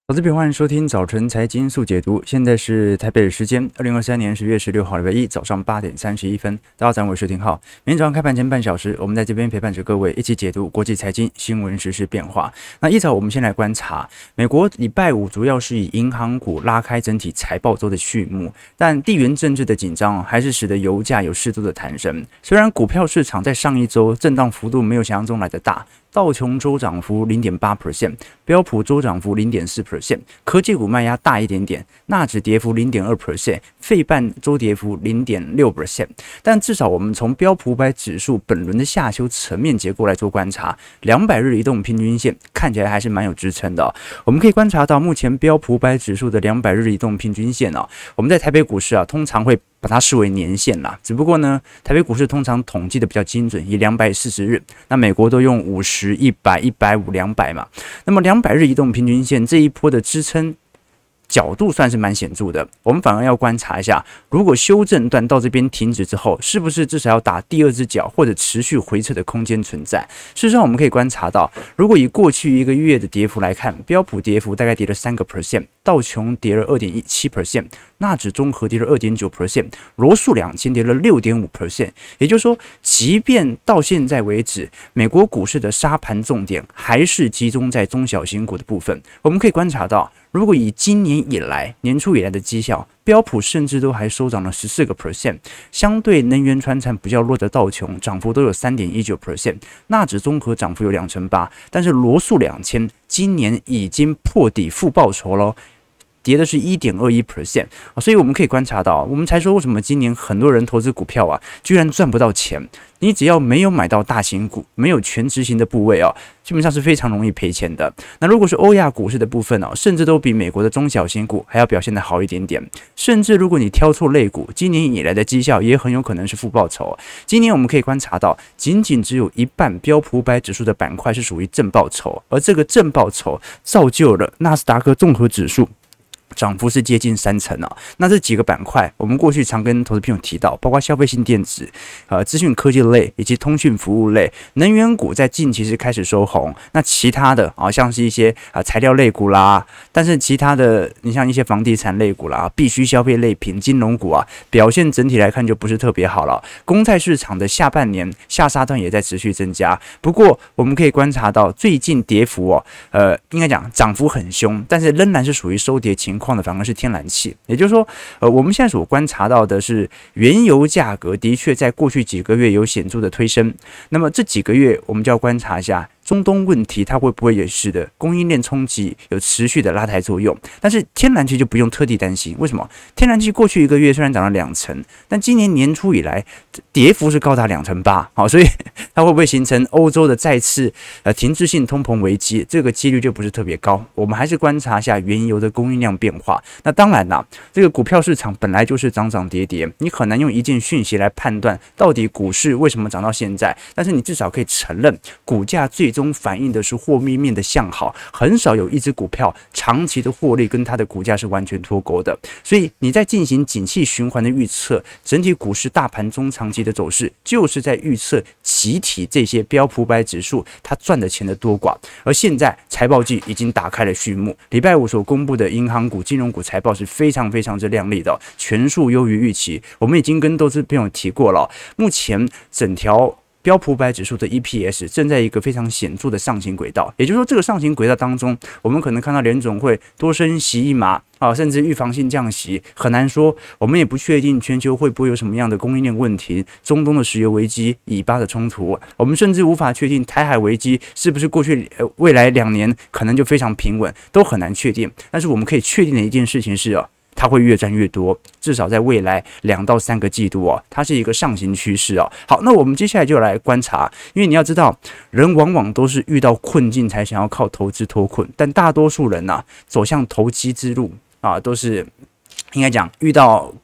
投资朋友，欢迎收听早晨财经速解读。现在是台北的时间，2023年10月16号，礼拜一早上8点31分。大家早上好，我是丁浩。每天早上开盘前半小时，我们在这边陪伴着各位一起解读国际财经新闻、时事变化。那一早我们先来观察美国礼拜五，主要是以银行股拉开整体财报周的序幕，但地缘政治的紧张还是使得油价有适度的弹升。虽然股票市场在上一周震荡幅度没有想象中来的大。道琼周涨幅 0.8%， 标普周涨幅 0.4%， 科技股卖压大一点点，纳指跌幅 0.2%， 费半周跌幅 0.6%。但至少我们从标普500指数本轮的下修层面结构来做观察，200日移动平均线看起来还是蛮有支撑的。我们可以观察到，目前标普500指数的200日移动平均线我们在台北股市通常会把它视为年线啦，只不过呢，台北股市通常统计的比较精准，以240日，那美国都用50、100、150、200嘛。那么200日移动平均线这一波的支撑角度算是蛮显著的，我们反而要观察一下，如果修正段到这边停止之后，是不是至少要打第二只脚或者持续回撤的空间存在？事实上，我们可以观察到，如果以过去一个月的跌幅来看，标普跌幅大概跌了3%，道琼跌了2.17%，纳指综合跌了2.9%，罗素2000跌了6.5%。也就是说，即便到现在为止，美国股市的杀盘重点还是集中在中小型股的部分。我们可以观察到，如果以今年以来年初以来的绩效，标普甚至都还收涨了14%，相对能源传产比较弱的道琼涨幅都有 3.19%， 纳指综合涨幅有2%，但是罗素2000今年已经破底负报酬了。跌的是 1.21%， 所以我们可以观察到，我们才说为什么今年很多人投资股票居然赚不到钱。你只要没有买到大型股，没有全执行的部位基本上是非常容易赔钱的。那如果是欧亚股市的部分甚至都比美国的中小型股还要表现得好一点点。甚至如果你挑错类股，今年以来的绩效也很有可能是负报酬。今年我们可以观察到，仅仅只有一半标普500指数的板块是属于正报酬，而这个正报酬造就了纳斯达克综合指数涨幅是接近30%那这几个板块，我们过去常跟投资朋友提到，包括消费性电子、资讯科技类以及通讯服务类，能源股在近期是开始收红。那其他的像是一些材料类股啦，但是其他的你像一些房地产类股啦、必需消费类品、金融股表现整体来看就不是特别好了。公债市场的下半年下杀段也在持续增加。不过我们可以观察到，最近跌幅应该讲涨幅很凶，但是仍然是属于收跌情况的反而是天然气。也就是说我们现在所观察到的是，原油价格的确在过去几个月有显著的推升。那么这几个月我们就要观察一下中东问题，它会不会也是的供应链冲击有持续的拉抬作用。但是天然气就不用特地担心，为什么？天然气过去一个月虽然涨了2%，但今年年初以来跌幅是高达2%8%，所以它会不会形成欧洲的再次停滞性通膨危机，这个几率就不是特别高。我们还是观察一下原油的供应量变化。那当然啦，这个股票市场本来就是涨涨跌跌，你很难用一件讯息来判断到底股市为什么涨到现在，但是你至少可以承认，股价最终反映的是获利面的向好，很少有一只股票长期的获利跟它的股价是完全脱钩的。所以你在进行景气循环的预测，整体股市大盘中长期的走势，就是在预测集体这些标普500指数它赚的钱的多寡。而现在财报季已经打开了序幕，礼拜五所公布的银行股、金融股财报是非常非常之亮丽的，全数优于预期。我们已经跟投资朋友提过了，目前整条标普500指数的 EPS 正在一个非常显著的上行轨道。也就是说，这个上行轨道当中，我们可能看到联总会多升息一码甚至预防性降息，很难说。我们也不确定全球会不会有什么样的供应链问题，中东的石油危机、以巴的冲突，我们甚至无法确定台海危机是不是过去未来2年可能就非常平稳，都很难确定。但是我们可以确定的一件事情是它会越赚越多，至少在未来2到3个季度它是一个上行趋势好，那我们接下来就来观察，因为你要知道，人往往都是遇到困境才想要靠投资脱困，但大多数人走向投机之路都是应该讲遇到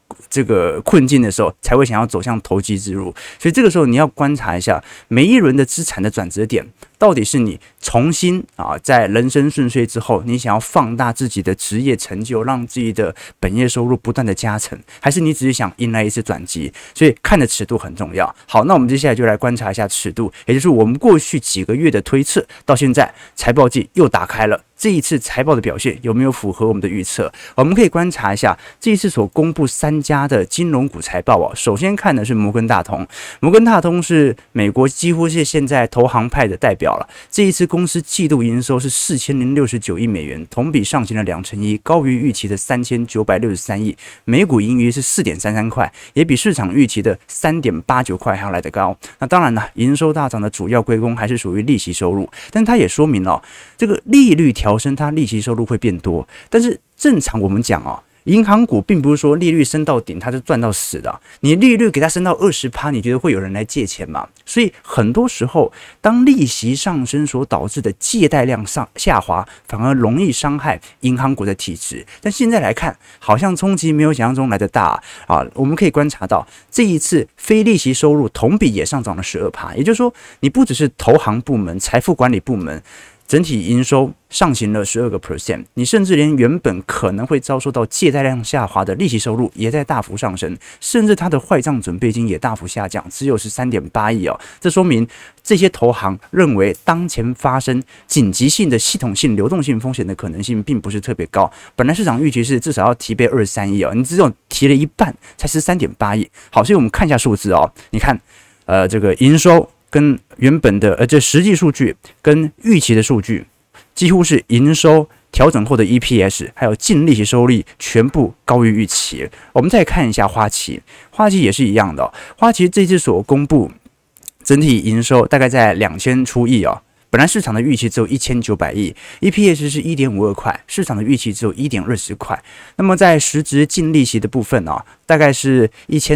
这个困境的时候，才会想要走向投机之路。所以这个时候你要观察一下每一轮的资产的转折点，到底是你重新在人生顺遂之后，你想要放大自己的职业成就，让自己的本业收入不断的加成，还是你只是想迎来一次转机？所以看的尺度很重要。好，那我们接下来就来观察一下尺度，也就是我们过去几个月的推测，到现在财报季又打开了。这一次财报的表现有没有符合我们的预测？我们可以观察一下这一次所公布3家的金融股财报首先看的是摩根大通，摩根大通是美国几乎是现在投行派的代表了。这一次公司季度营收是4069亿美元，同比上行了2%，高于预期的3963亿，每股盈余是4.33块，也比市场预期的3.89块还要来得高。那当然了，营收大涨的主要归功还是属于利息收入，但它也说明了这个利率调升，它利息收入会变多。但是正常我们讲银行股并不是说利率升到顶它就赚到死的，你利率给它升到20%，你觉得会有人来借钱吗？所以很多时候，当利息上升所导致的借贷量下滑，反而容易伤害银行股的体质。但现在来看，好像冲击没有想象中来的大我们可以观察到，这一次非利息收入同比也上涨了12%，也就是说，你不只是投行部门、财富管理部门。整体营收上行了12%，你甚至连原本可能会遭受到借贷量下滑的利息收入也在大幅上升，甚至它的坏账准备金也大幅下降，只有13.8亿这说明这些投行认为当前发生紧急性的系统性流动性风险的可能性并不是特别高。本来市场预期是至少要提备23亿你只有提了一半，才13.8亿。好，所以我们看一下数字你看这个营收跟原本的这实际数据跟预期的数据，几乎是营收调整后的 EPS 还有净利息收益全部高于预期。我们再看一下花旗，花旗也是一样的花旗这次所公布整体营收大概在2000出亿本来市场的预期只有1900亿 ，EPS 是1.52块，市场的预期只有1.20块。那么在实质净利息的部分大概是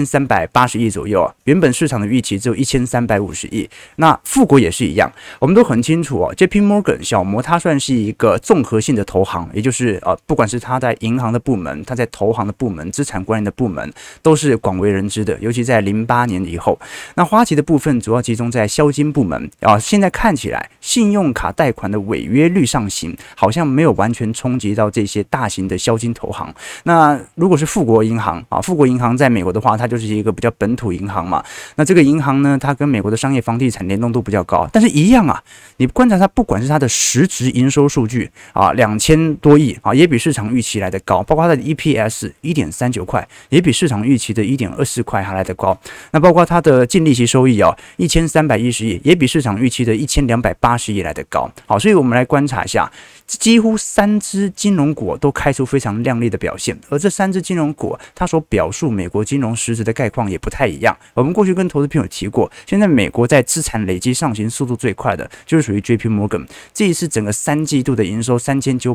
1380亿左右原本市场的预期只有1350亿。那富国也是一样，我们都很清楚JP Morgan 小摩它算是一个综合性的投行，也就是不管是它在银行的部门，它在投行的部门，资产管理的部门，都是广为人知的，尤其在08年以后。那花旗的部分主要集中在销金部门现在看起来信用卡贷款的违约率上行，好像没有完全冲击到这些大型的销金投行。那如果是富国银行富国银行在美国的话，它就是一个比较本土银行嘛。那这个银行呢，它跟美国的商业房地产联动度比较高，但是一样你观察它，不管是它的实质营收数据2000多亿也比市场预期来的高，包括它的 EPS 1.39块，也比市场预期的1.24块还来的高。那包括它的净利息收益1310亿，也比市场预期的1280亿来的高。好，所以我们来观察一下，几乎3只金融股都开出非常亮丽的表现，而这3只金融股它所表述美国金融实质的概况也不太一样。我们过去跟投资朋友提过，现在美国在资产累积上行速度最快的就是属于 JP Morgan， 这一次整个3季度的营收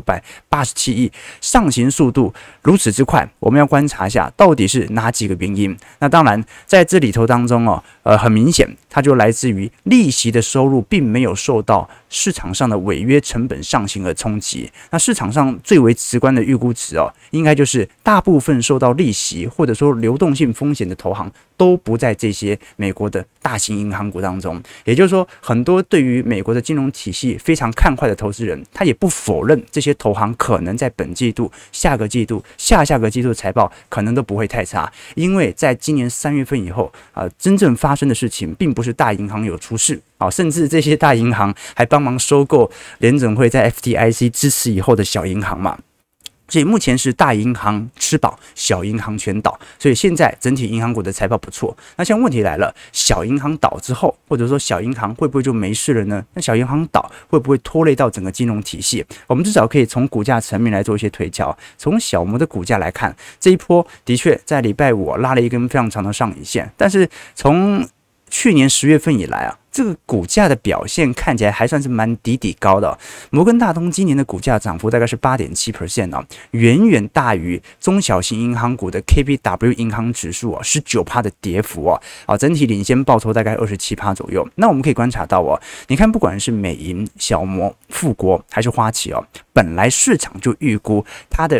3987亿，上行速度如此之快，我们要观察一下到底是哪几个原因。那当然在这里头当中很明显它就来自于利息的收入并没有受到市场上的违约成本上行而冲击。那市场上最为直观的预估值应该就是大部分受到利息或者说流动性风险的投行都不在这些美国的大型银行股当中。也就是说，很多对于美国的金融体系非常看坏的投资人，他也不否认这些投行可能在本季度、下个季度、下个季度的财报可能都不会太差，因为在今年3月份以后真正发生的事情并不是大银行有出事甚至这些大银行还帮忙收购联准会在 FDIC 支持以后的小银行嘛。所以目前是大银行吃饱，小银行全倒。所以现在整体银行股的财报不错。那现在问题来了，小银行倒之后，或者说小银行会不会就没事了呢？那小银行倒会不会拖累到整个金融体系？我们至少可以从股价层面来做一些推敲。从小摩的股价来看，这一波的确在礼拜五拉了一根非常长的上影线，但是从去年10月份以来这个股价的表现看起来还算是蛮底高的摩根大通今年的股价涨幅大概是 8.7% 远远大于中小型银行股的 KBW 银行指数19% 的跌幅整体领先报酬大概 27% 左右。那我们可以观察到你看不管是美银、小摩、富国还是花旗本来市场就预估它的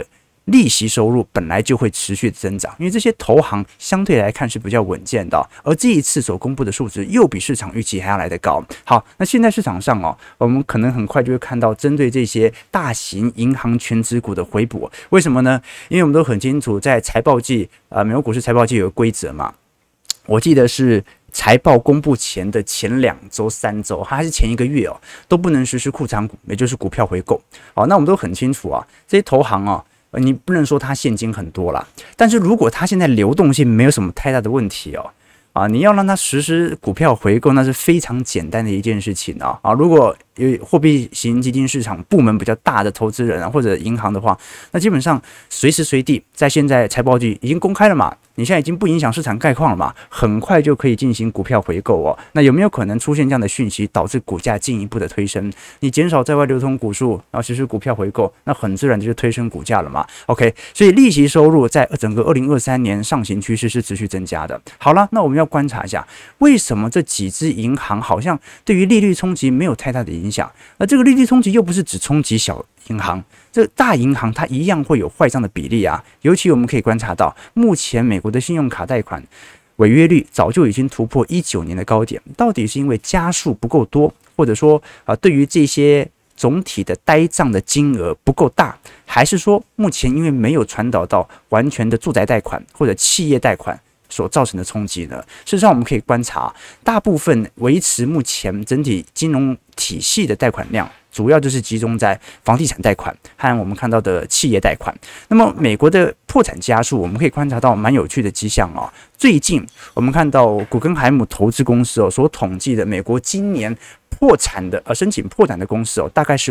利息收入本来就会持续增长，因为这些投行相对来看是比较稳健的，而这一次所公布的数值又比市场预期还要来得高。好，那现在市场上我们可能很快就会看到针对这些大型银行权值股的回补。为什么呢？因为我们都很清楚，在财报季美国股市财报季有个规则嘛，我记得是财报公布前的前2周、3周，还是前1个月都不能实施库藏股，也就是股票回购。好，那我们都很清楚这些投行你不能说它现金很多啦，但是如果它现在流动性没有什么太大的问题你要让它实施股票回购，那是非常简单的一件事情如果有货币型基金市场部门比较大的投资人或者银行的话，那基本上随时随地在现在财报季已经公开了嘛，你现在已经不影响市场概况了嘛，很快就可以进行股票回购那有没有可能出现这样的讯息，导致股价进一步的推升？你减少在外流通股数，然后实施股票回购，那很自然就是推升股价了嘛。OK， 所以利息收入在整个2023年上行趋势是持续增加的。好了，那我们要观察一下，为什么这几只银行好像对于利率冲击没有太大的影响？那这个利率冲击又不是只冲击小银行，这大银行它一样会有坏账的比例尤其我们可以观察到，目前美国的信用卡贷款违约率早就已经突破19年的高点，到底是因为家数不够多，或者说对于这些总体的呆账的金额不够大，还是说目前因为没有传导到完全的住宅贷款或者企业贷款所造成的冲击呢？事实上，我们可以观察，大部分维持目前整体金融体系的贷款量，主要就是集中在房地产贷款和我们看到的企业贷款。那么，美国的破产家数，我们可以观察到蛮有趣的迹象最近我们看到古根海姆投资公司所统计的美国今年破产的申请破产的公司大概是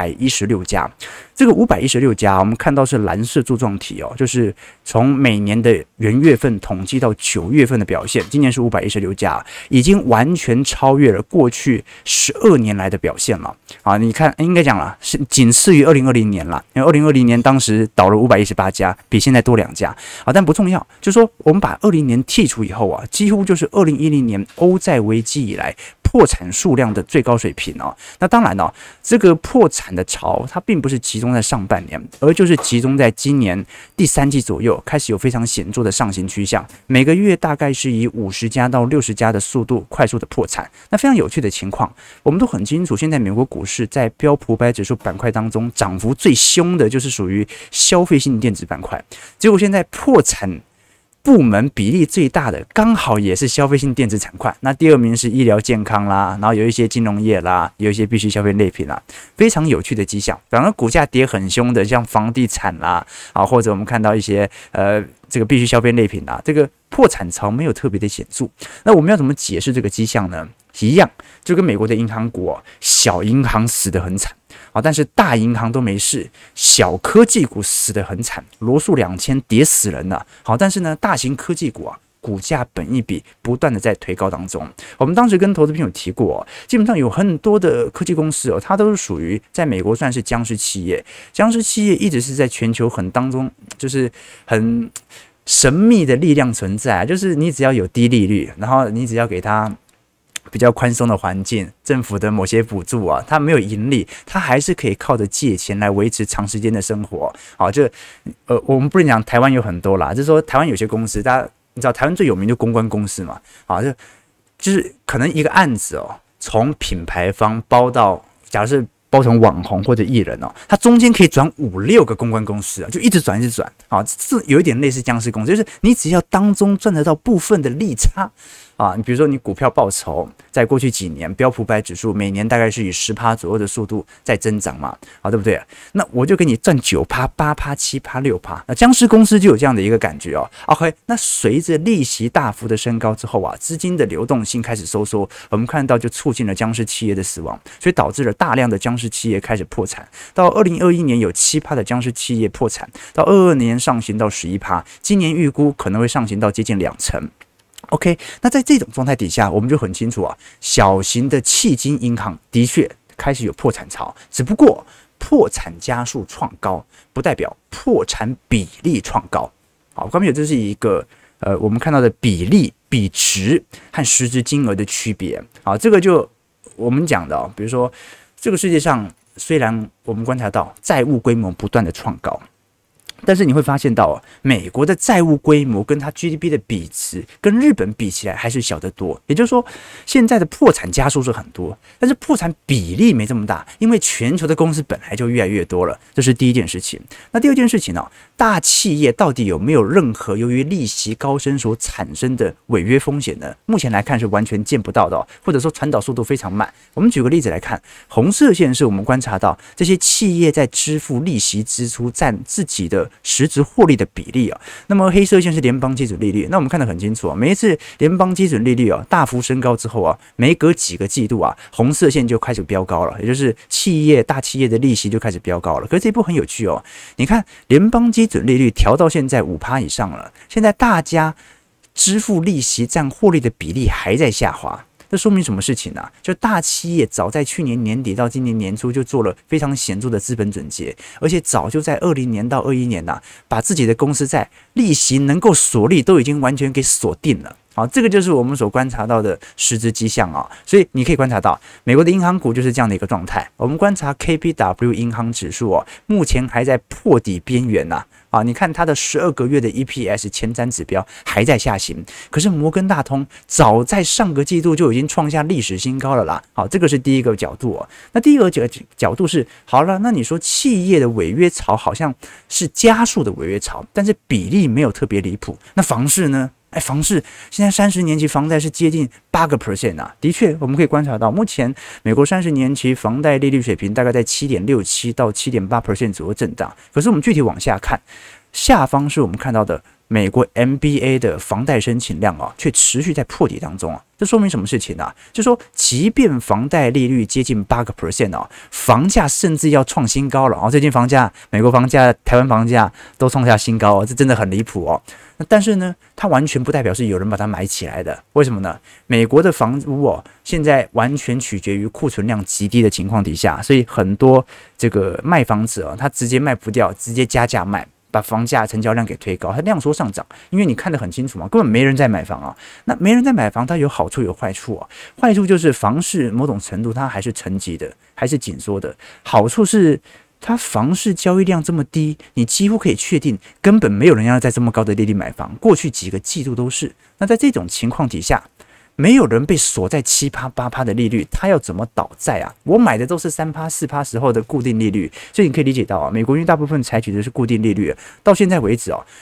516家。这个516家，我们看到是蓝色柱状体就是从每年的元月份统计到9月份的表现，今年是516家，已经完全超越了过去12年来的表现了你看，应该讲了是仅次于2020年了，因为2020年当时倒了518家，比现在多2家但不重要，就是说我们把20年剔除以后几乎就是2010年欧债危机以来破产数量的最高水平那当然这个破产的潮它并不是集中在上半年，而就是集中在今年第3季左右开始有非常显著的上行趋向，每个月大概是以50家到60家的速度快速的破产。那非常有趣的情况，我们都很清楚，现在美国股市在标普500指数板块当中涨幅最凶的就是属于消费性电子板块，结果现在破产部门比例最大的刚好也是消费性电子产块，那第2名是医疗健康啦，然后有一些金融业啦，有一些必需消费类品啦，非常有趣的迹象。反而股价跌很凶的，像房地产啦或者我们看到一些这个必需消费类品啦，这个破产潮没有特别的显著。那我们要怎么解释这个迹象呢？一样，就跟美国的银行股小银行死得很惨但是大银行都没事，小科技股死得很惨，罗素2000跌死人了。但是呢，大型科技股股价本益比不断的在推高当中。我们当时跟投资朋友提过基本上有很多的科技公司它都是属于在美国算是僵尸企业。僵尸企业一直是在全球当中就是很神秘的力量存在，就是你只要有低利率，然后你只要给它比较宽松的环境，政府的某些补助它没有盈利，它还是可以靠着借钱来维持长时间的生活。我们不能讲台湾有很多啦，就是说台湾有些公司，大家你知道台湾最有名的公关公司嘛？就是可能一个案子从品牌方包到，假如是包成网红或者艺人它中间可以转5-6个公关公司就一直转一直转这有一点类似僵尸公司，就是你只要当中赚得到部分的利差你比如说你股票报酬，在过去几年标普500指数每年大概是以10%左右的速度在增长嘛对不对？那我就给你赚9%、8%、7%、6%，那僵尸公司就有这样的一个感觉OK， 那随着利息大幅的升高之后资金的流动性开始收缩，我们看到就促进了僵尸企业的死亡，所以导致了大量的僵尸企业开始破产。到2021年有7%的僵尸企业破产，到22年上行到11%，今年预估可能会上行到接近20%。OK， 那在这种状态底下，我们就很清楚小型的企金银行的确开始有破产潮，只不过破产家数创高，不代表破产比例创高。好，关键这是一个我们看到的比例、比值和实质金额的区别。好，这个就我们讲的比如说这个世界上虽然我们观察到债务规模不断的创高， 但是你会发现到美国的债务规模跟它 GDP 的比值跟日本比起来还是小得多。也就是说，现在的破产家数是很多，但是破产比例没这么大，因为全球的公司本来就越来越多了。这是第一件事情。那第二件事情呢？大企业到底有没有任何由于利息高升所产生的违约风险呢？目前来看是完全见不到的，或者说传导速度非常慢。我们举个例子来看，红色线是我们观察到这些企业在支付利息支出占自己的实质获利的比例啊。那么黑色线是联邦基准利率，那我们看得很清楚啊，每一次联邦基准利率啊大幅升高之后啊，没隔几个季度啊，红色线就开始飙高了，也就是大企业的利息就开始飙高了。可是这一步很有趣哦，你看联邦基准利率调到现在 5% 以上了，现在大家支付利息占获利的比例还在下滑。这说明什么事情呢？就大企业早在去年年底到今年年初就做了非常显著的资本准结，而且早就在20年到21年把自己的公司在利息能够锁利都已经完全给锁定了。好，这个就是我们所观察到的实质迹象啊，所以你可以观察到美国的银行股就是这样的一个状态。我们观察 KBW 银行指数哦，目前还在破底边缘呐。啊，你看它的12个月的 EPS 前瞻指标还在下行，可是摩根大通早在上个季度就已经创下历史新高了啦。好，这个是第一个角度哦。那第二个角度是，好了，那你说企业的违约潮好像是加速的违约潮，但是比例没有特别离谱。那房市呢？房市现在30年期房贷是接近8% 啊，的确我们可以观察到，目前美国30年期房贷利率水平大概在 7.67% 到 7.8% 左右震荡。可是我们具体往下看，下方是我们看到的美国 MBA 的房贷申请量啊，却持续在破底当中啊。这说明什么事情啊？就是说，即便房贷利率接近8% 啊，房价甚至要创新高了啊！最近房价，美国房价、台湾房价都创下新高哦，这真的很离谱哦。但是呢，它完全不代表是有人把它买起来的。为什么呢？美国的房屋哦，现在完全取决于库存量极低的情况底下，所以很多这个卖房子啊，他直接卖不掉，直接加价卖。把房价成交量给推高，它量缩上涨，因为你看得很清楚嘛，根本没人在买房啊。那没人在买房，它有好处有坏处啊。坏处就是房市某种程度它还是沉寂的，还是紧缩的。好处是它房市交易量这么低，你几乎可以确定根本没有人要在这么高的利率买房，过去几个季度都是。那在这种情况底下，没有人被锁在7%、8%的利率，他要怎么倒债啊？我买的都是3%、4%时候的固定利率，所以你可以理解到啊，美国因为大部分采取的是固定利率，到现在为止哦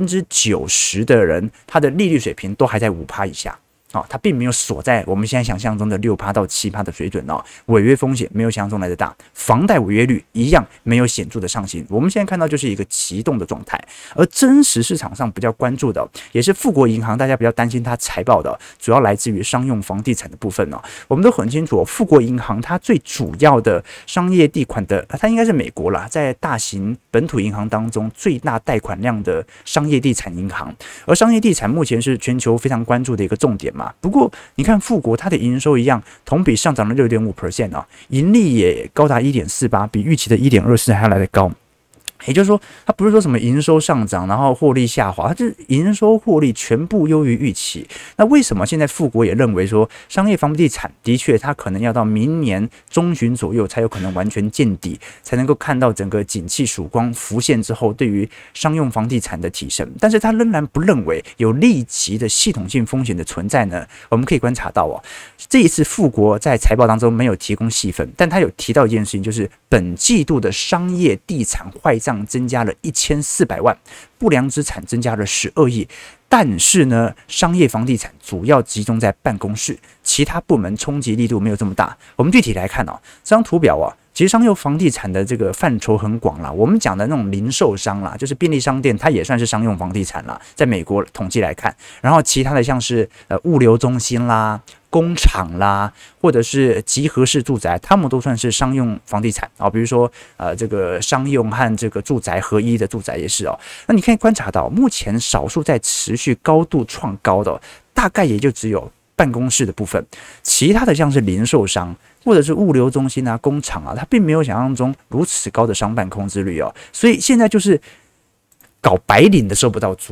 ，90%的人他的利率水平都还在5%以下。它并没有锁在我们现在想象中的6%到7%的水准哦，违约风险没有想象中来的大，房贷违约率一样没有显著的上行。我们现在看到就是一个启动的状态，而真实市场上比较关注的，也是富国银行大家比较担心它财报的，主要来自于商用房地产的部分哦。我们都很清楚，富国银行它最主要的商业地款的，它应该是美国啦，在大型本土银行当中最大贷款量的商业地产银行，而商业地产目前是全球非常关注的一个重点嘛。不过，你看富国它的营收一样，同比上涨了 6.5% 啊，盈利也高达 1.48%， 比预期的 1.24% 还要来得高。也就是说，它不是说什么营收上涨，然后获利下滑，它就是营收获利全部优于预期。那为什么现在富国也认为说，商业房地产的确它可能要到明年中旬左右才有可能完全见底，才能够看到整个景气曙光浮现之后对于商用房地产的提升？但是它仍然不认为有立即的系统性风险的存在呢？我们可以观察到这一次富国在财报当中没有提供细分，但他有提到一件事情，就是本季度的商业地产坏账增加了1400万，不良资产增加了12亿，但是呢，商业房地产主要集中在办公室，其他部门冲击力度没有这么大。我们具体来看这张图表其实商用房地产的这个范畴很广啦，我们讲的那种零售商啦，就是便利商店，它也算是商用房地产啦，在美国统计来看。然后其他的像是物流中心啦、工厂啦，或者是集合式住宅，他们都算是商用房地产比如说这个商用和这个住宅合一的住宅也是那你可以观察到，目前少数在持续高度创高的大概也就只有办公室的部分，其他的像是零售商或者是物流中心啊、工厂它并没有想象中如此高的商办空置率所以现在就是搞白领的收不到租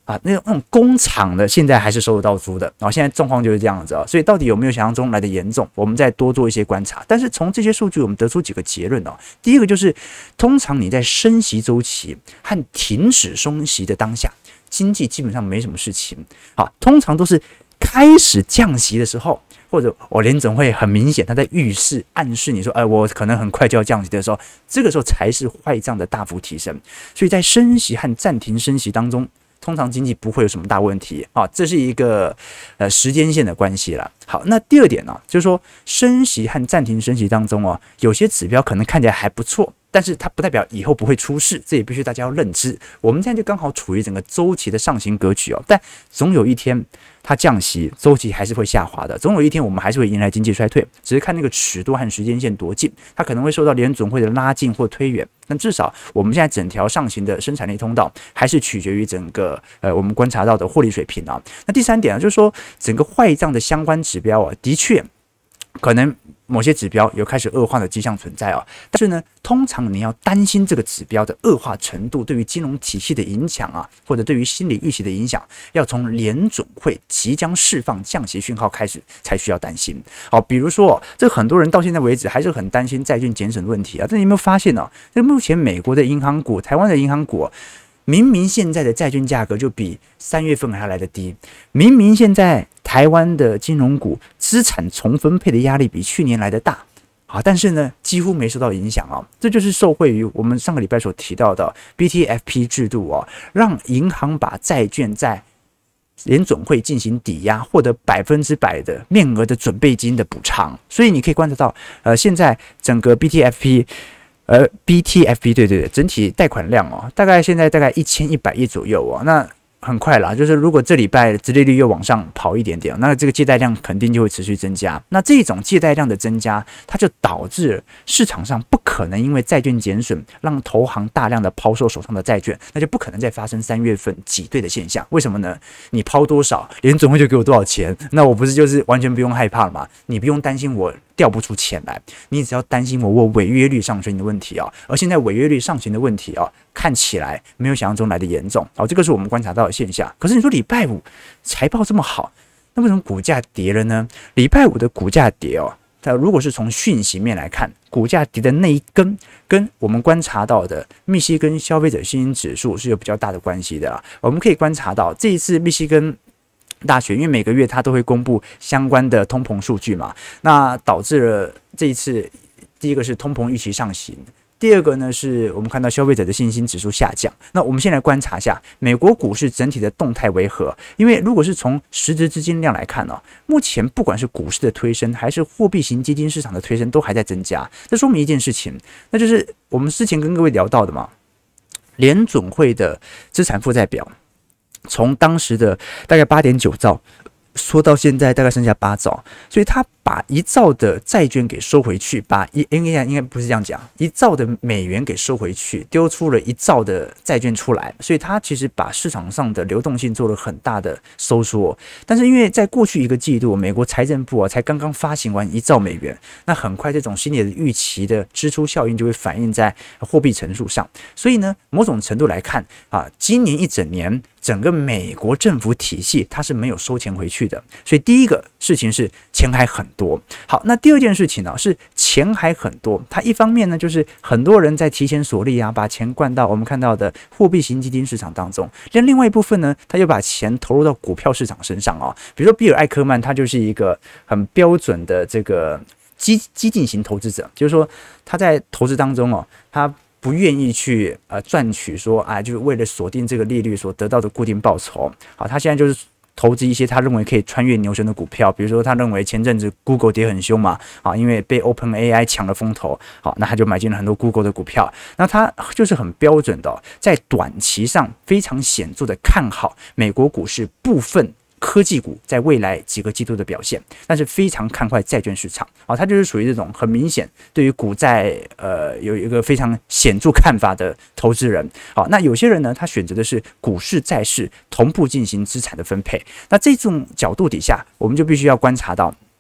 那种工厂的现在还是收得到租的，然后现在状况就是这样子啊，所以到底有没有想象中来的严重，我们再多做一些观察。但是从这些数据我们得出几个结论哦。第一个就是，通常你在升息周期和停止升息的当下，经济基本上没什么事情啊，通常都是开始降息的时候，或者联准会很明显他在预示暗示你说，我可能很快就要降息的时候，这个时候才是坏账的大幅提升。所以在升息和暂停升息当中，通常经济不会有什么大问题啊，这是一个时间线的关系啦。好，那第二点呢，就是说升息和暂停升息当中哦，有些指标可能看起来还不错，但是它不代表以后不会出事，这也必须大家要认知。我们现在就刚好处于整个周期的上行格局哦，但总有一天它降息，周期还是会下滑的，总有一天我们还是会迎来经济衰退，只是看那个尺度和时间线多近，它可能会受到联准会的拉近或推远。但至少我们现在整条上行的生产力通道还是取决于整个我们观察到的获利水平啊。那第三点就是说整个坏账的相关指标啊，的确可能某些指标有开始恶化的迹象存在啊，但是呢，通常你要担心这个指标的恶化程度对于金融体系的影响啊，或者对于心理预期的影响，要从联准会即将释放降息讯号开始才需要担心。好，比如说这很多人到现在为止还是很担心债券减损问题啊，但你有没有发现呢？这目前美国的银行股、台湾的银行股明明现在的债券价格就比3月份还要来得低，明明现在台湾的金融股资产重分配的压力比去年来得大啊，但是呢几乎没受到影响啊，这就是受惠于我们上个礼拜所提到的 BTFP 制度啊，让银行把债券在联准会进行抵押，获得100%的面额的准备金的补偿，所以你可以观察到，现在整个 BTFP 对，整体贷款量哦，现在大概1100亿左右哦，那很快啦，就是如果这礼拜殖利率又往上跑一点点，那这个借贷量肯定就会持续增加。那这种借贷量的增加，它就导致市场上不可能因为债券减损让投行大量的抛售手上的债券，那就不可能再发生3月份挤兑的现象。为什么呢？你抛多少，联准会就给我多少钱，那我不是就是完全不用害怕了吗？你不用担心我调不出钱来，你只要担心我违约率上升的问题啊。而现在违约率上行的问题啊，看起来没有想象中来的严重。好，这个是我们观察到的现象。可是你说礼拜五财报这么好，那为什么股价跌了呢？礼拜五的股价跌哦，它如果是从讯息面来看，股价跌的那一根跟我们观察到的密西根消费者信心指数是有比较大的关系的啦。我们可以观察到这一次密西根大学，因为每个月它都会公布相关的通膨数据嘛，那导致了这一次第一个是通膨预期上行，第二个呢是我们看到消费者的信心指数下降。那我们先来观察一下美国股市整体的动态为何？因为如果是从实质资金量来看呢，目前不管是股市的推升还是货币型基金市场的推升都还在增加。这说明一件事情，那就是我们之前跟各位聊到的嘛，联准会的资产负债表从当时的大概8.9兆说到现在大概剩下8兆，所以他把1兆的债券给收回去，应该不是这样讲，1兆的美元给收回去，丢出了1兆的债券出来，所以他其实把市场上的流动性做了很大的收缩。但是因为在过去1个季度，美国财政部才刚刚发行完1兆美元，那很快这种心理的预期的支出效应就会反映在货币乘数上，所以呢，某种程度来看今年一整年整个美国政府体系它是没有收钱回去的，所以第一个事情是钱还很多。好，那第二件事情呢是钱还很多，它一方面呢就是很多人在提前锁利把钱灌到我们看到的货币型基金市场当中，另外一部分呢，他又把钱投入到股票市场身上比如说比尔艾克曼，他就是一个很标准的这个激进型投资者，就是说他在投资当中他不愿意去赚取说就是为了锁定这个利率所得到的固定报酬。好，他现在就是投资一些他认为可以穿越牛熊的股票，比如说他认为前阵子 Google 跌很凶嘛，因为被 OpenAI 抢了风头，好，那他就买进了很多 Google 的股票。那他就是很标准的在短期上非常显著的看好美国股市部分科技股在未来几个季度的表现，但是非常看坏债券市场他就是属于这种很明显对于股债有一个非常显著看法的投资人。好，那有些人呢，他选择的是股市债市同步进行资产的分配。那这种角度底下，我们就必须要观察到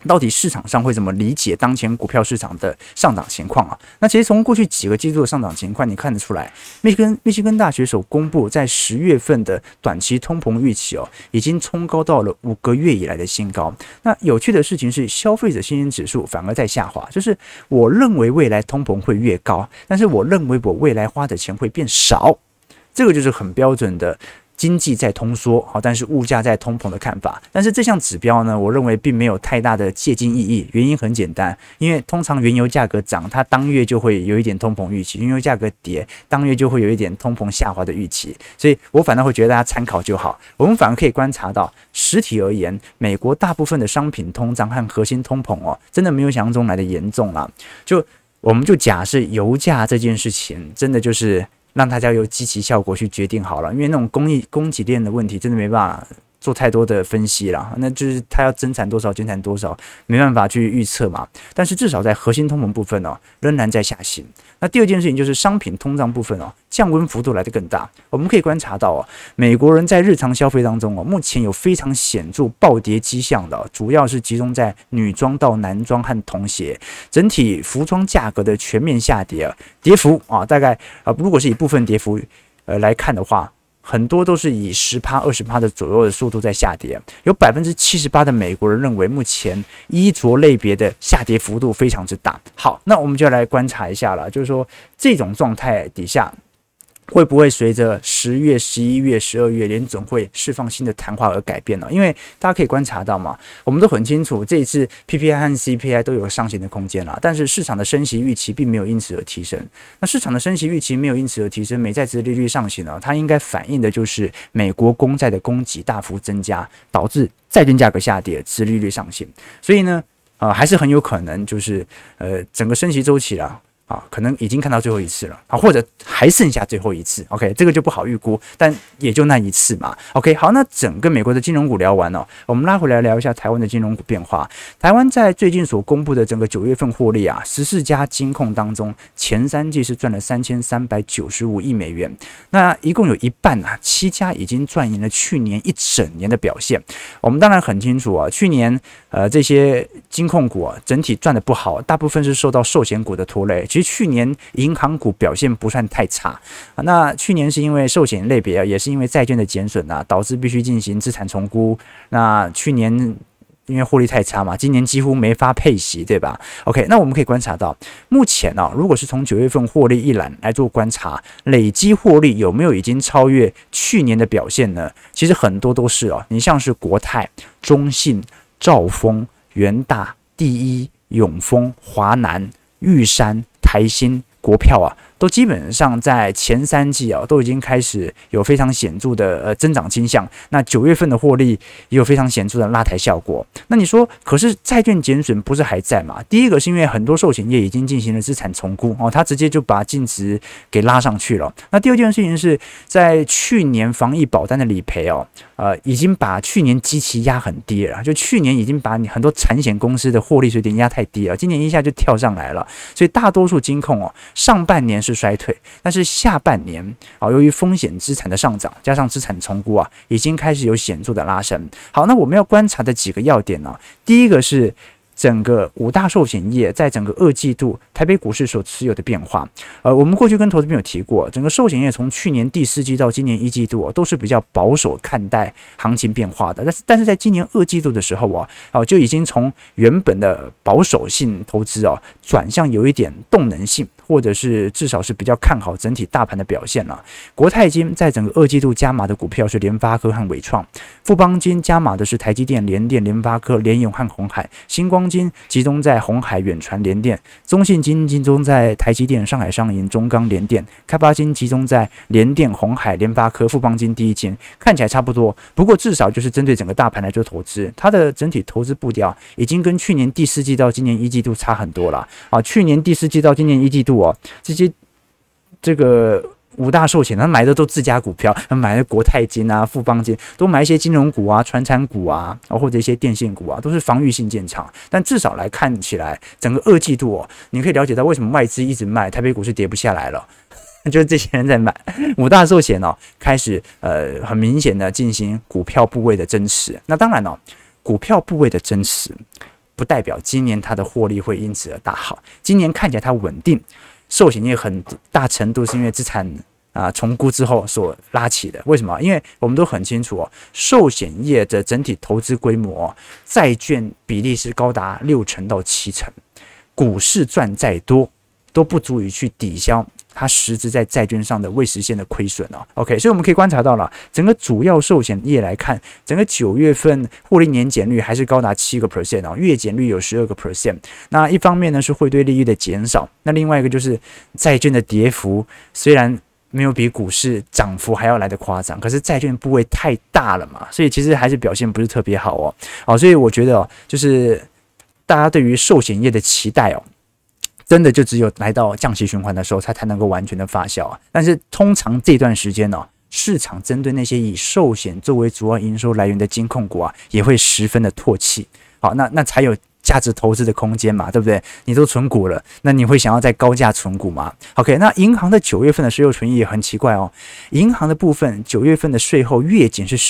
到底市场上会怎么理解当前股票市场的上涨情况啊？那其实从过去几个季度的上涨情况，你看得出来，密西根大学所公布在10月份的短期通膨预期已经冲高到了5个月以来的新高。那有趣的事情是，消费者信心指数反而在下滑，就是我认为未来通膨会越高，但是我认为我未来花的钱会变少，这个就是很标准的经济在通缩，但是物价在通膨的看法。但是这项指标呢，我认为并没有太大的借鉴意义。原因很简单，因为通常原油价格涨，它当月就会有一点通膨预期；原油价格跌，当月就会有一点通膨下滑的预期。所以我反而会觉得大家参考就好。我们反而可以观察到，实体而言，美国大部分的商品通胀和核心通膨真的没有想象中来的严重啦。我们就假设油价这件事情，真的就是让大家由基期效果去决定好了，因为那种供给链的问题真的没办法做太多的分析啦，那就是它要增产多少减产多少，没办法去预测嘛。但是至少在核心通膨部分仍然在下行。那第二件事情就是商品通胀部分降温幅度来得更大。我们可以观察到美国人在日常消费当中目前有非常显著暴跌迹象的，主要是集中在女装到男装和童鞋，整体服装价格的全面下跌，跌幅大概如果是以部分跌幅来看的话，很多都是以10%、20%的左右的速度在下跌，有78%的美国人认为目前衣着类别的下跌幅度非常之大。好，那我们就来观察一下了，就是说这种状态底下，会不会随着10月、11月、12月联总会释放新的谈话而改变呢？因为大家可以观察到嘛，我们都很清楚，这一次 PPI 和 CPI 都有上行的空间啦，但是市场的升息预期并没有因此而提升。那市场的升息预期没有因此而提升，美债殖利率上行它应该反映的就是美国公债的供给大幅增加，导致债券价格下跌，殖利率上行。所以呢，还是很有可能就是整个升息周期啦。可能已经看到最后一次了或者还剩下最后一次。OK， 这个就不好预估，但也就那一次嘛。OK， 好，那整个美国的金融股聊完了，我们拉回来聊一下台湾的金融股变化。台湾在最近所公布的整个9月份获利14家金控当中，前3季是赚了3395亿美元，那一共有一半7家已经赚赢了去年一整年的表现。我们当然很清楚去年这些金控股整体赚得不好，大部分是受到寿险股的拖累。其实去年银行股表现不算太差那去年是因为寿险类别也是因为债券的减损导致必须进行资产重估。那去年因为获利太差嘛，今年几乎没发配息，对吧 ？OK， 那我们可以观察到，目前如果是从9月份获利一览来做观察，累积获利有没有已经超越去年的表现呢？其实很多都是你像是国泰、中信、兆丰、元大、第一、永丰、华南、玉山、台新、国票都基本上在前3季都已经开始有非常显著的增长倾向。那9月份的获利也有非常显著的拉抬效果。那你说，可是债券减损不是还在吗？第一个是因为很多寿险业已经进行了资产重估它直接就把净值给拉上去了。那第二件事情是在去年防疫保单的理赔已经把去年基期压很低了，就去年已经把你很多产险公司的获利水准压太低了，今年一下就跳上来了。所以大多数金控上半年是衰退，但是下半年由于风险资产的上涨，加上资产重估已经开始有显著的拉升。好，那我们要观察的几个要点第一个是整个5大寿险业在整个2季度台北股市所持有的变化。我们过去跟投资朋友提过，整个寿险业从去年第4季到今年1季度都是比较保守看待行情变化的，但是在今年2季度的时候就已经从原本的保守性投资转向有一点动能性，或者是至少是比较看好整体大盘的表现了。国泰金在整个2季度加码的股票是联发科和伟创，富邦金加码的是台积电、联电、联发科、联咏和鸿海，星光金集中在鸿海、远传、联电，中信金集中在台积电、上海商银、中钢、联电，开发金集中在联电、鸿海、联发科、富邦金、第一金，看起来差不多，不过至少就是针对整个大盘来做投资，它的整体投资步调已经跟去年第4季到今年1季度差很多了去年第4季到今年1季度这个5大寿险，他买的都自家股票，买的国泰金富邦金，都买一些金融股传产股或者一些电线股都是防御性建厂。但至少来看起来，整个2季度你可以了解到为什么外资一直卖，台北股市跌不下来了。就是这些人在买5大寿险开始很明显的进行股票部位的增持。那当然股票部位的增持不代表今年它的获利会因此而大好。今年看起来它稳定，寿险业很大程度是因为资产重估之后所拉起的。为什么？因为我们都很清楚寿险业的整体投资规模债券比例是高达60%到70%，股市赚再多都不足以去抵消它实质在债券上的未实现的亏损OK， 所以我们可以观察到了，整个主要寿险业来看，整个9月份获利年减率还是高达7%月减率有12%。那一方面呢是汇兑利率的减少，那另外一个就是债券的跌幅虽然没有比股市涨幅还要来得夸张，可是债券部位太大了嘛，所以其实还是表现不是特别好所以我觉得就是大家对于寿险业的期待真的就只有来到降息循环的时候才能够完全的发酵但是通常这段时间市场针对那些以寿险作为主要营收来源的金控股也会十分的唾弃。好，那才有价值投资的空间嘛，对不对？你都存股了，那你会想要在高价存股吗 ？OK， 那银行的9月份的税后纯益也很奇怪银行的部分9月份的税后月减是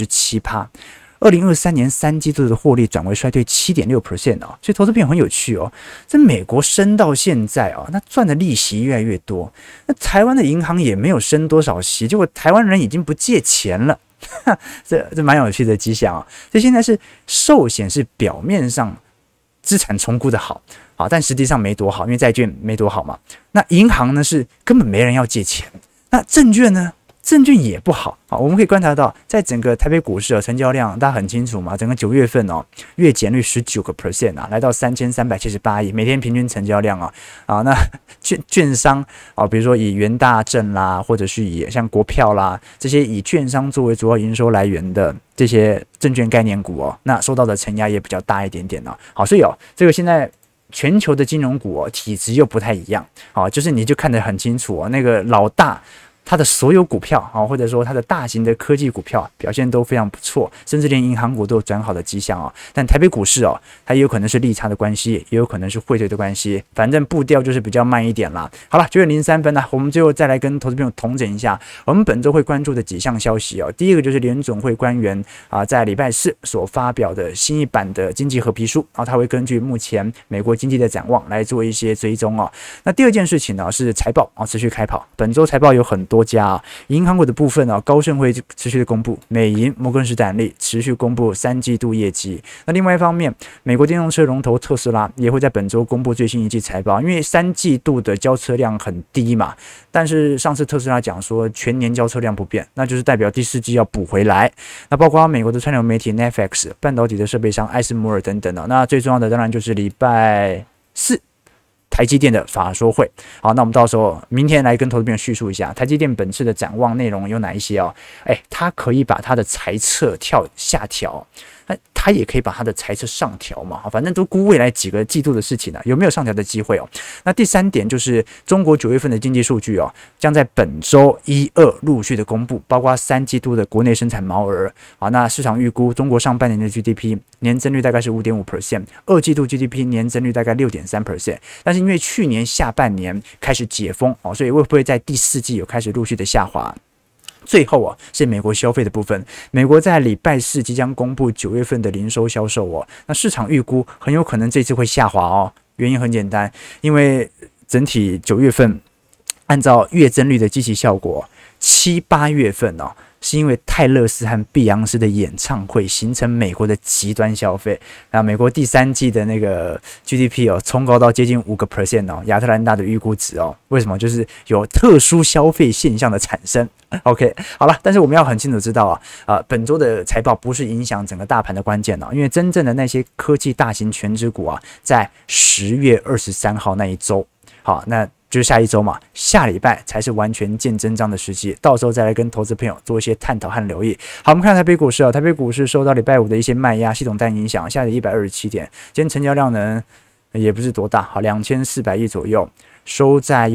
17%。2023年3季度的获利转为衰退 7.6% 所以投资朋友很有趣这美国升到现在那赚的利息越来越多，那台湾的银行也没有升多少息，结果台湾人已经不借钱了，这蛮有趣的迹象所以现在是寿险是表面上资产重估的好，但实际上没多好，因为债券没多好嘛。那银行呢是根本没人要借钱，那证券呢？证券也不好我们可以观察到，在整个台北股市成交量大家很清楚嘛，整个9月份月减率19%来到3378亿，每天平均成交量那券商比如说以元大证啦，或者是以像国票啦这些以券商作为主要营收来源的这些证券概念股那受到的承压也比较大一点点好，所以这个现在全球的金融股体质又不太一样就是你就看得很清楚那个老大它的所有股票或者说它的大型的科技股票表现都非常不错，甚至连银行股都有转好的迹象但台北股市它也有可能是利差的关系，也有可能是汇兑的关系，反正步调就是比较慢一点啦。好了，9:03我们最后再来跟投资朋友统整一下我们本周会关注的几项消息第一个就是联准会官员在礼拜4所发表的新一版的经济合皮书他会根据目前美国经济的展望来做一些追踪那第二件事情呢是财报持续开跑，本周财报有很多家银行股的部分高盛会持续的公布，美银、摩根士丹利持续公布3季度业绩。那另外一方面，美国电动车龙头特斯拉也会在本周公布最新一季财报，因为3季度的交车量很低嘛，但是上次特斯拉讲说全年交车量不变，那就是代表第4季要补回来。那包括美国的串流媒体 Netflix、半导体的设备商艾斯摩尔等等那最重要的当然就是礼拜4台积电的法说会。好，那我们到时候明天来跟投资朋友叙述一下台积电本次的展望内容有哪一些它可以把它的财测下调，它也可以把它的财测上调嘛，反正都估未来几个季度的事情有没有上调的机会那第3点就是中国9月份的经济数据将在本周1、2陆续的公布，包括3季度的国内生产毛额那市场预估中国上半年的 GDP 年增率大概是 5.5%， 2季度 GDP 年增率大概 6.3%， 但是因为去年下半年开始解封所以会不会在第4季有开始陆续的下滑。最后是美国消费的部分，美国在礼拜4即将公布9月份的零售销售那市场预估很有可能这次会下滑原因很简单，因为整体9月份按照月增率的基期效果，7、8月份是因为泰勒斯和碧昂斯的演唱会形成美国的极端消费，美国第3季的那个 GDP 冲高到接近 5% 亚特兰大的预估值为什么？就是有特殊消费现象的产生。OK， 好了，但是我们要很清楚知道本周的财报不是影响整个大盘的关键因为真正的那些科技大型全指股在10月23号那一周，好，那就是下一周嘛，下礼拜才是完全见真章的时机，到时候再来跟投资朋友做一些探讨和留意。好，我们看台北股市台北股市受到礼拜5的一些卖压系统单影响，下跌127点，今天成交量呢也不是多大，好，2400亿左右，收在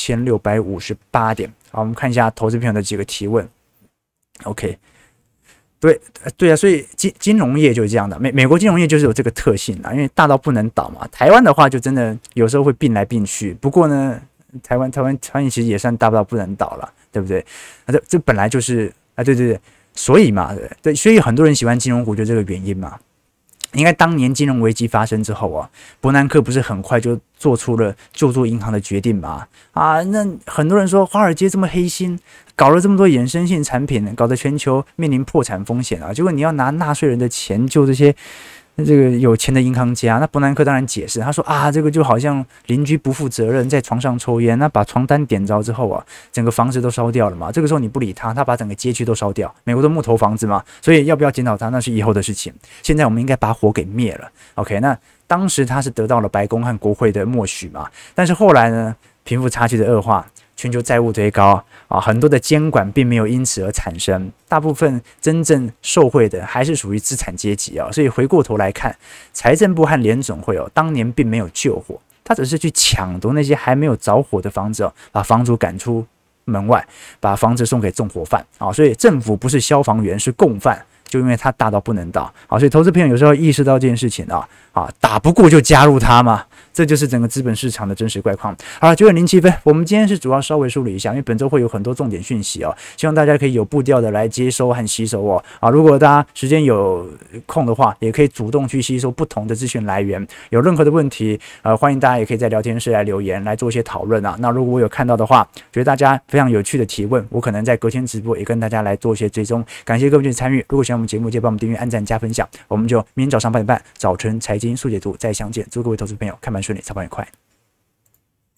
16658点。好，我们看一下投资朋友的几个提问。OK。对啊，所以金融业就是这样的，美国金融业就是有这个特性因为大到不能倒嘛。台湾的话就真的有时候会并来并去，不过呢，台湾其实也算大到不能倒了，对不对？这本来就是对，所以嘛，对，所以很多人喜欢金融股就这个原因嘛。 应该当年金融危机发生之后啊，伯南克不是很快就做出了救助银行的决定吗？啊，那很多人说华尔街这么黑心，搞了这么多衍生性产品，搞得全球面临破产风险啊，结果你要拿纳税人的钱救这些这个有钱的银行家，那伯南克当然解释，他说啊，这个就好像邻居不负责任，在床上抽烟，那把床单点着之后啊，整个房子都烧掉了嘛。这个时候你不理他，他把整个街区都烧掉。美国的木头房子嘛，所以要不要检讨他，那是以后的事情。现在我们应该把火给灭了。OK， 那当时他是得到了白宫和国会的默许嘛，但是后来呢，贫富差距的恶化，全球债务推高啊，很多的监管并没有因此而产生，大部分真正受惠的还是属于资产阶级啊。所以回过头来看，财政部和联总会哦，当年并没有救火，他只是去抢夺那些还没有着火的房子哦，把房主赶出门外，把房子送给纵火犯啊。所以政府不是消防员，是共犯。就因为它大到不能倒，好，所以投资朋友有时候意识到这件事情啊，打不过就加入它嘛，这就是整个资本市场的真实概况。好了，9:07，我们今天是主要稍微梳理一下，因为本周会有很多重点讯息哦，希望大家可以有步调的来接收和吸收哦。啊，如果大家时间有空的话，也可以主动去吸收不同的资讯来源。有任何的问题，欢迎大家也可以在聊天室来留言来做一些讨论啊。那如果我有看到的话，觉得大家非常有趣的提问，我可能在隔天直播也跟大家来做一些追踪。感谢各位的参与，如果喜欢我们节目，记得帮我们订阅、按赞、加分享。我们就明天早上8点半早晨财经速解读再相见。祝各位投资朋友看盘顺利，操盘愉快。